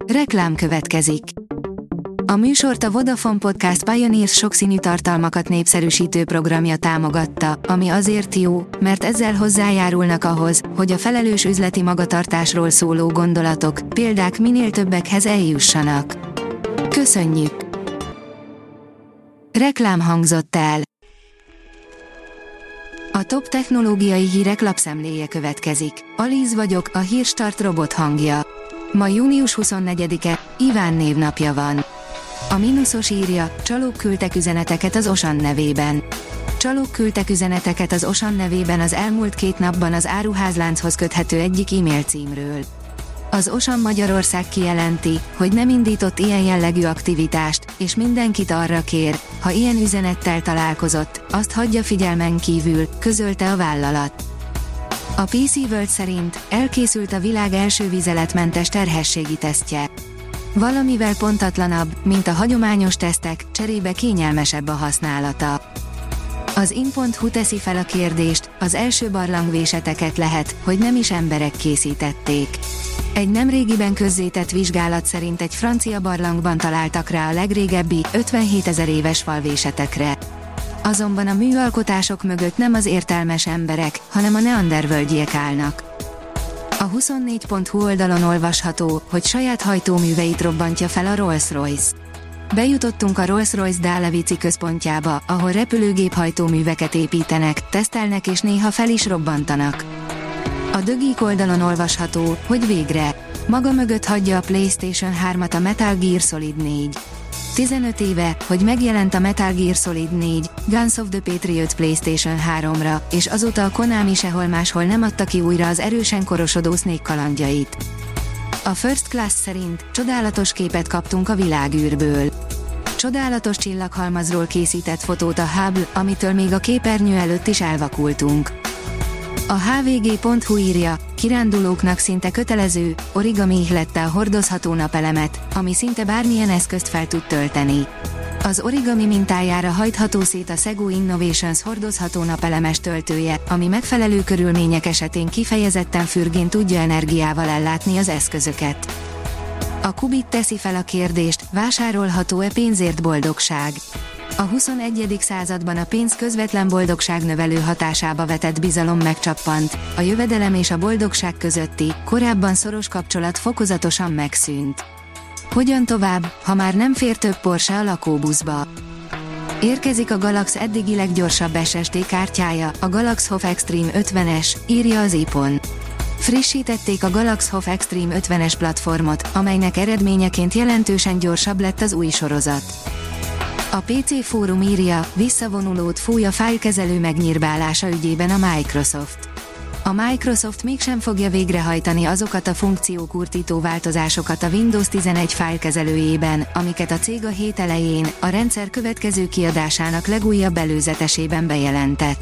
Reklám következik. A műsort a Vodafone Podcast Pioneers sokszínű tartalmakat népszerűsítő programja támogatta, ami azért jó, mert ezzel hozzájárulnak ahhoz, hogy a felelős üzleti magatartásról szóló gondolatok, példák minél többekhez eljussanak. Köszönjük! Reklám hangzott el. A top technológiai hírek lapszemléje következik. Alíz vagyok, a Hírstart robot hangja. Ma június 24-e, Iván névnapja van. A Minusos írja, csalók küldtek üzeneteket az Osan nevében. Csalók küldtek üzeneteket az Osan nevében az elmúlt 2 napban az áruházlánchoz köthető egyik e-mail címről. Az Osan Magyarország kijelenti, hogy nem indított ilyen jellegű aktivitást, és mindenkit arra kér, ha ilyen üzenettel találkozott, azt hagyja figyelmen kívül, közölte a vállalat. A PC World szerint elkészült a világ első vizeletmentes terhességi tesztje. Valamivel pontatlanabb, mint a hagyományos tesztek, cserébe kényelmesebb a használata. Az in.hu teszi fel a kérdést, az első barlangvéseteket lehet, hogy nem is emberek készítették. Egy nemrégiben közzétett vizsgálat szerint egy francia barlangban találtak rá a legrégebbi, 57 000 éves falvésetekre. Azonban a műalkotások mögött nem az értelmes emberek, hanem a neandervölgyiek állnak. A 24.hu oldalon olvasható, hogy saját hajtóműveit robbantja fel a Rolls-Royce. Bejutottunk a Rolls-Royce Dálevici központjába, ahol repülőgép hajtóműveket építenek, tesztelnek és néha fel is robbantanak. A The Geek oldalon olvasható, hogy végre maga mögött hagyja a PlayStation 3-at a Metal Gear Solid 4. 15 éve, hogy megjelent a Metal Gear Solid 4, Guns of the Patriot PlayStation 3-ra, és azóta a Konami sehol máshol nem adta ki újra az erősen korosodó Snake kalandjait. A First Class szerint csodálatos képet kaptunk a világűrből. Csodálatos csillaghalmazról készített fotót a Hubble, amitől még a képernyő előtt is elvakultunk. A hvg.hu írja, kirándulóknak szinte kötelező, origami ihlette a hordozható napelemet, ami szinte bármilyen eszközt fel tud tölteni. Az origami mintájára hajtható szét a Segu Innovations hordozható napelemes töltője, ami megfelelő körülmények esetén kifejezetten fürgén tudja energiával ellátni az eszközöket. A Kubit teszi fel a kérdést, vásárolható-e pénzért boldogság? A 21. században a pénz közvetlen boldogságnövelő hatásába vetett bizalom megcsappant, a jövedelem és a boldogság közötti, korábban szoros kapcsolat fokozatosan megszűnt. Hogyan tovább, ha már nem fér több Porsche a lakóbuszba? Érkezik a Galax eddigi leggyorsabb SSD kártyája, a Galax HOF Extreme 50-es, írja az iPhone. Frissítették a Galax HOF Extreme 50-es platformot, amelynek eredményeként jelentősen gyorsabb lett az új sorozat. A PC Fórum írja, visszavonulót fúj a fájlkezelő megnyírbálása ügyében a Microsoft. A Microsoft mégsem fogja végrehajtani azokat a funkciókurtító változásokat a Windows 11 fájlkezelőjében, amiket a cég a hét elején, a rendszer következő kiadásának legújabb előzetesében bejelentett.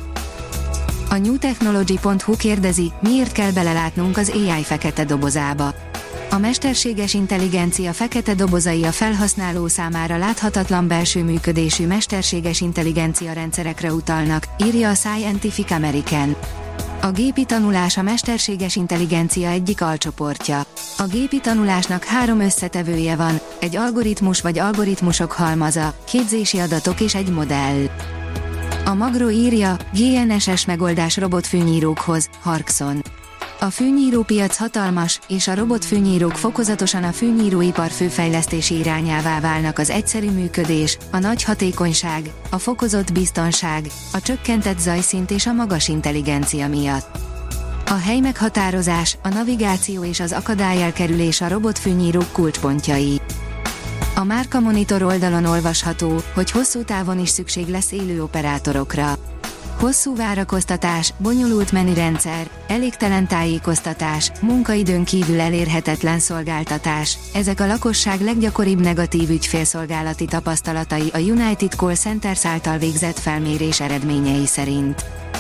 A newtechnology.hu kérdezi, miért kell belelátnunk az AI fekete dobozába. A mesterséges intelligencia fekete dobozai a felhasználó számára láthatatlan belső működésű mesterséges intelligencia rendszerekre utalnak, írja a Scientific American. A gépi tanulás a mesterséges intelligencia egyik alcsoportja. A gépi tanulásnak 3 összetevője van, egy algoritmus vagy algoritmusok halmaza, képzési adatok és egy modell. A Magro írja, GNSS megoldás robotfűnyírókhoz, Harkson. A fűnyírópiac hatalmas, és a robotfűnyírók fokozatosan a fűnyíróipar főfejlesztési irányává válnak az egyszerű működés, a nagy hatékonyság, a fokozott biztonság, a csökkentett zajszint és a magas intelligencia miatt. A helymeghatározás, a navigáció és az akadályelkerülés a robotfűnyírók kulcspontjai. A Márka Monitor oldalon olvasható, hogy hosszú távon is szükség lesz élő operátorokra. Hosszú várakoztatás, bonyolult menürendszer, elégtelen tájékoztatás, munkaidőn kívül elérhetetlen szolgáltatás, ezek a lakosság leggyakoribb negatív ügyfélszolgálati tapasztalatai a United Call Centers által végzett felmérés eredményei szerint.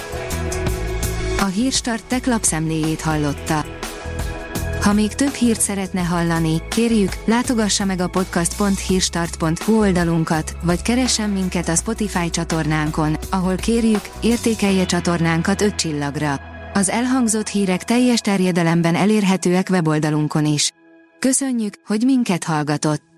A Hírstart Tech lapszemléjét hallotta. Ha még több hírt szeretne hallani, kérjük, látogassa meg a podcast.hírstart.hu oldalunkat, vagy keressen minket a Spotify csatornánkon, ahol kérjük, értékelje csatornánkat 5 csillagra. Az elhangzott hírek teljes terjedelemben elérhetőek weboldalunkon is. Köszönjük, hogy minket hallgatott!